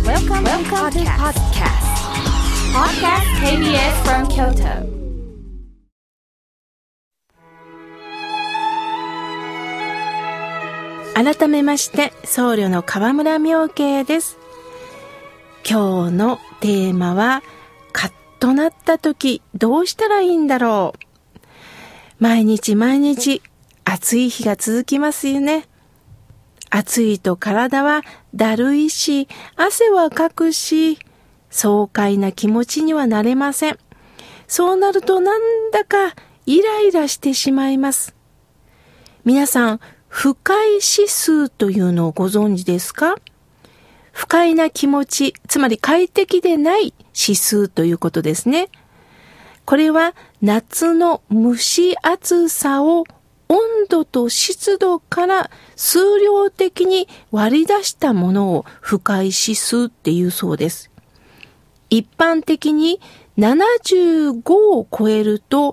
Welcome to podcast. Podcast KBS from Kyoto. 改めまして僧侶の河村妙慶です。今日のテーマはカッとなった時どうしたらいいんだろう。毎日暑い日が続きますよね。暑いと体はだるいし、汗はかくし、爽快な気持ちにはなれません。そうなるとなんだかイライラしてしまいます。皆さん、不快指数というのをご存知ですか？不快な気持ち、つまり快適でない指数ということですね。これは夏の蒸し暑さを温度と湿度から数量的に割り出したものを不快指数っていうそうです。一般的に75を超えると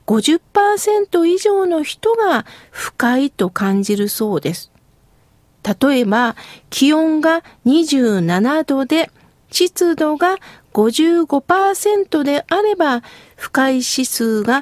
50% 以上の人が不快と感じるそうです。例えば気温が27度で湿度が 55% であれば不快指数が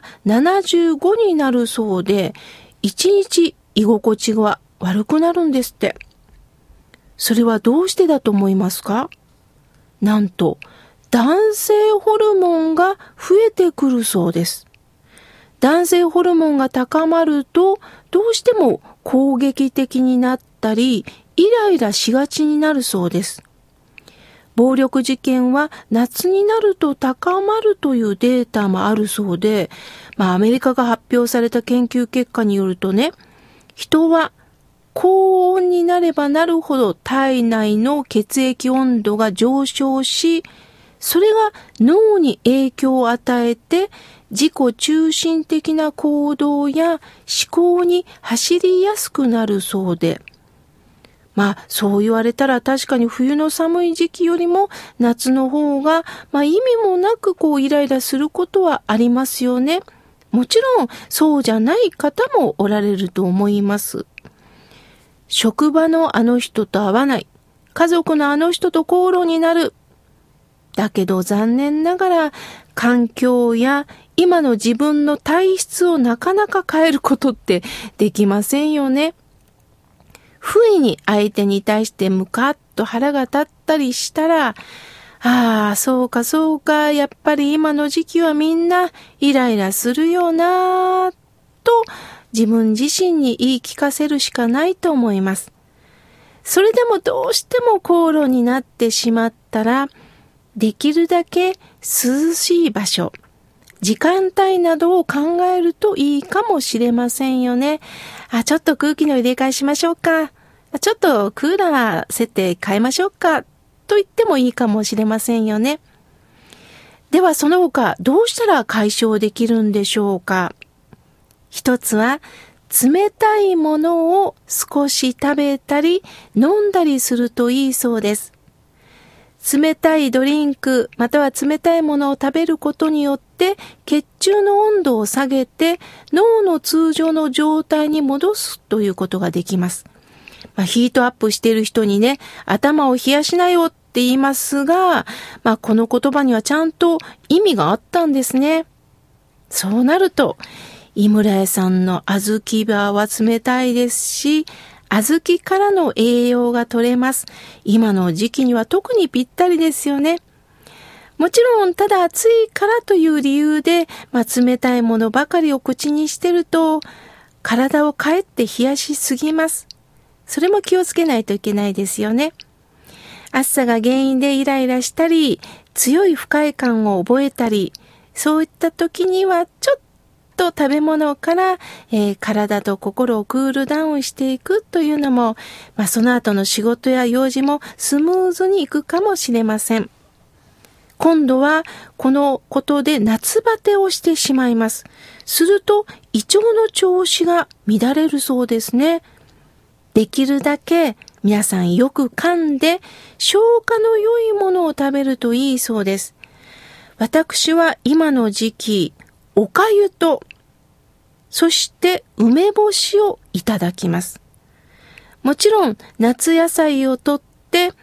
75になるそうで、1日居心地が悪くなるんですって。それはどうしてだと思いますか？なんと男性ホルモンが増えてくるそうです。男性ホルモンが高まるとどうしても攻撃的になったりイライラしがちになるそうです。暴力事件は夏になると高まるというデータもあるそうで、アメリカが発表された研究結果によるとね、人は高温になればなるほど体内の血液温度が上昇し、それが脳に影響を与えて自己中心的な行動や思考に走りやすくなるそうで、そう言われたら確かに冬の寒い時期よりも夏の方が、意味もなくイライラすることはありますよね。もちろんそうじゃない方もおられると思います。職場のあの人と会わない。家族のあの人と口論になる。だけど残念ながら環境や今の自分の体質をなかなか変えることってできませんよね。不意に相手に対してムカッと腹が立ったりしたら、そうか、やっぱり今の時期はみんなイライラするよなと自分自身に言い聞かせるしかないと思います。それでもどうしても口論になってしまったら、できるだけ涼しい場所、時間帯などを考えるといいかもしれませんよね。ちょっと空気の入れ替えしましょうか。ちょっとクーラー設定変えましょうか。と言ってもいいかもしれませんよね。ではその他どうしたら解消できるんでしょうか。一つは冷たいものを少し食べたり飲んだりするといいそうです。冷たいドリンクまたは冷たいものを食べることによって血中の温度を下げて脳の通常の状態に戻すということができます。ヒートアップしている人にね、頭を冷やしなよって言いますが、この言葉にはちゃんと意味があったんですね。そうなると、井村屋さんの小豆バーは冷たいですし、小豆からの栄養が取れます。今の時期には特にぴったりですよね。もちろんただ暑いからという理由で、冷たいものばかりを口にしてると体をかえって冷やしすぎます。それも気をつけないといけないですよね。暑さが原因でイライラしたり、強い不快感を覚えたり、そういった時にはちょっと食べ物から、体と心をクールダウンしていくというのも、その後の仕事や用事もスムーズにいくかもしれません。今度はこのことで夏バテをしてしまいます。すると胃腸の調子が乱れるそうですね。できるだけ皆さんよく噛んで消化の良いものを食べるといいそうです。私は今の時期おかゆとそして梅干しをいただきます。もちろん夏野菜をとって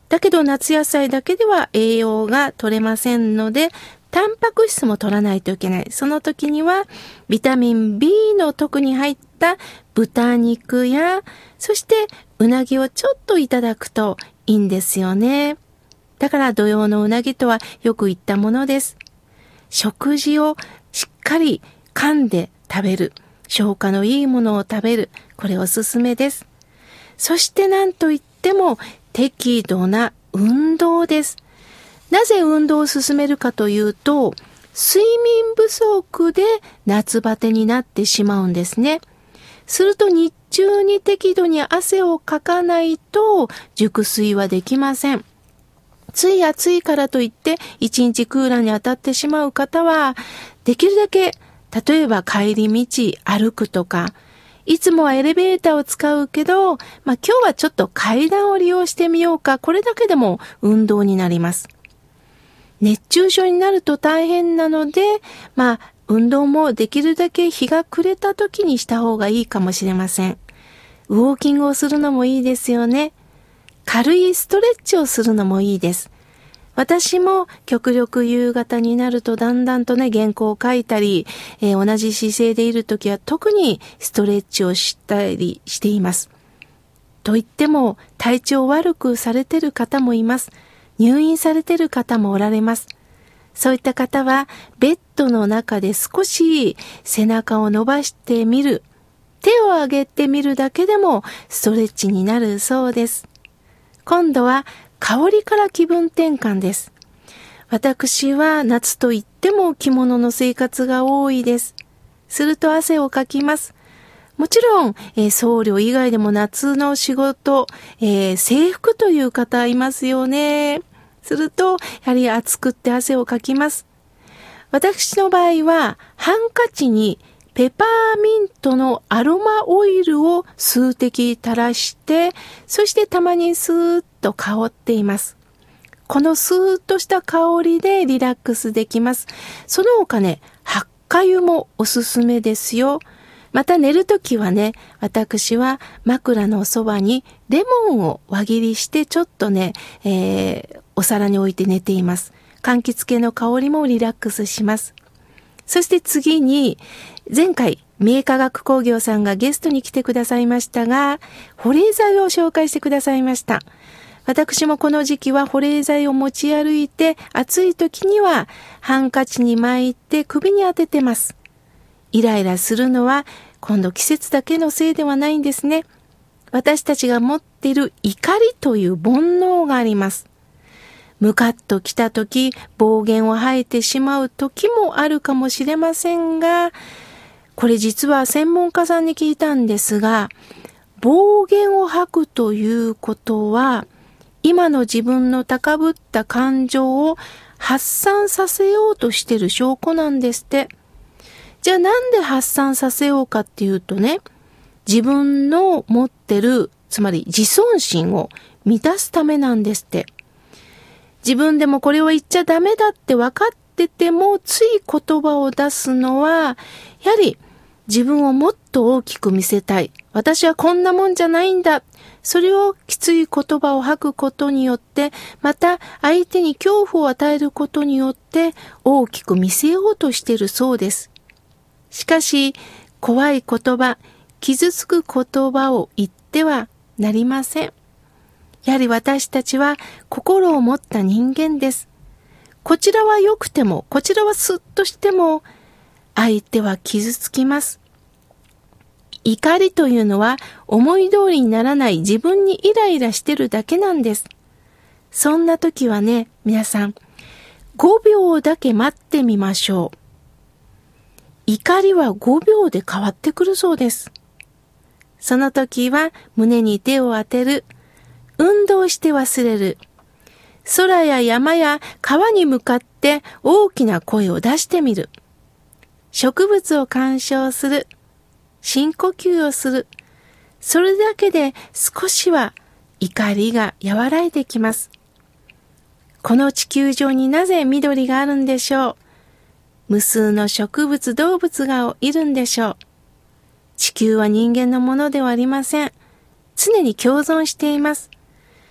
だけど夏野菜だけでは栄養が取れませんので、タンパク質も取らないといけない。その時にはビタミン B の特に入った豚肉や、そしてうなぎをちょっといただくといいんですよね。だから土用のうなぎとはよく言ったものです。食事をしっかり噛んで食べる。消化のいいものを食べる。これおすすめです。そして何といっても適度な運動です。なぜ運動を進めるかというと、睡眠不足で夏バテになってしまうんですね。すると日中に適度に汗をかかないと熟睡はできません。つい暑いからといって一日クーラーに当たってしまう方は、できるだけ例えば帰り道歩くとか、いつもはエレベーターを使うけど、今日はちょっと階段を利用してみようか。これだけでも運動になります。熱中症になると大変なので、運動もできるだけ日が暮れた時にした方がいいかもしれません。ウォーキングをするのもいいですよね。軽いストレッチをするのもいいです。私も極力夕方になるとだんだんと原稿を書いたり、同じ姿勢でいるときは特にストレッチをしたりしています。と言っても体調悪くされている方もいます。入院されている方もおられます。そういった方はベッドの中で少し背中を伸ばしてみる、手を上げてみるだけでもストレッチになるそうです。今度は香りから気分転換です。私は夏といっても着物の生活が多いです。すると汗をかきます。もちろん、僧侶以外でも夏の仕事、制服という方いますよね。すると、やはり暑くって汗をかきます。私の場合は、ハンカチにペパーミントのアロマオイルを数滴垂らして、そしてたまにスーッと香っています。このスーッとした香りでリラックスできます。その他発火油もおすすめですよ。また寝るときは私は枕のそばにレモンを輪切りしてちょっとお皿に置いて寝ています。柑橘系の香りもリラックスします。そして次に、前回、三重化学工業さんがゲストに来てくださいましたが、保冷剤を紹介してくださいました。私もこの時期は保冷剤を持ち歩いて、暑い時にはハンカチに巻いて首に当ててます。イライラするのは今度季節だけのせいではないんですね。私たちが持っている怒りという煩悩があります。ムカッときたとき、暴言を吐いてしまうときもあるかもしれませんが、これ実は専門家さんに聞いたんですが、暴言を吐くということは、今の自分の高ぶった感情を発散させようとしている証拠なんですって。じゃあなんで発散させようかっていうと自分の持ってる、つまり自尊心を満たすためなんですって。自分でもこれを言っちゃダメだって分かっててもつい言葉を出すのは、やはり自分をもっと大きく見せたい。私はこんなもんじゃないんだ。それをきつい言葉を吐くことによって、また相手に恐怖を与えることによって大きく見せようとしているそうです。しかし、怖い言葉、傷つく言葉を言ってはなりません。やはり私たちは心を持った人間です。こちらは良くても、こちらはスッとしても、相手は傷つきます。怒りというのは思い通りにならない自分にイライラしてるだけなんです。そんな時は皆さん、5秒だけ待ってみましょう。怒りは5秒で変わってくるそうです。その時は胸に手を当てる。運動して忘れる。空や山や川に向かって大きな声を出してみる。植物を鑑賞する。深呼吸をする。それだけで少しは怒りが和らいできます。この地球上になぜ緑があるんでしょう。無数の植物、動物がいるんでしょう。地球は人間のものではありません。常に共存しています。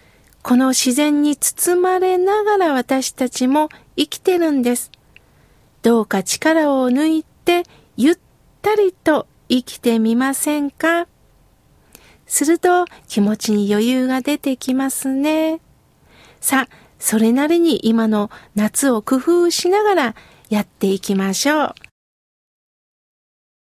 この自然に包まれながら私たちも生きてるんです。どうか力を抜いてゆったりと生きてみませんか？すると気持ちに余裕が出てきますね。さあ、それなりに今の夏を工夫しながらやっていきましょう。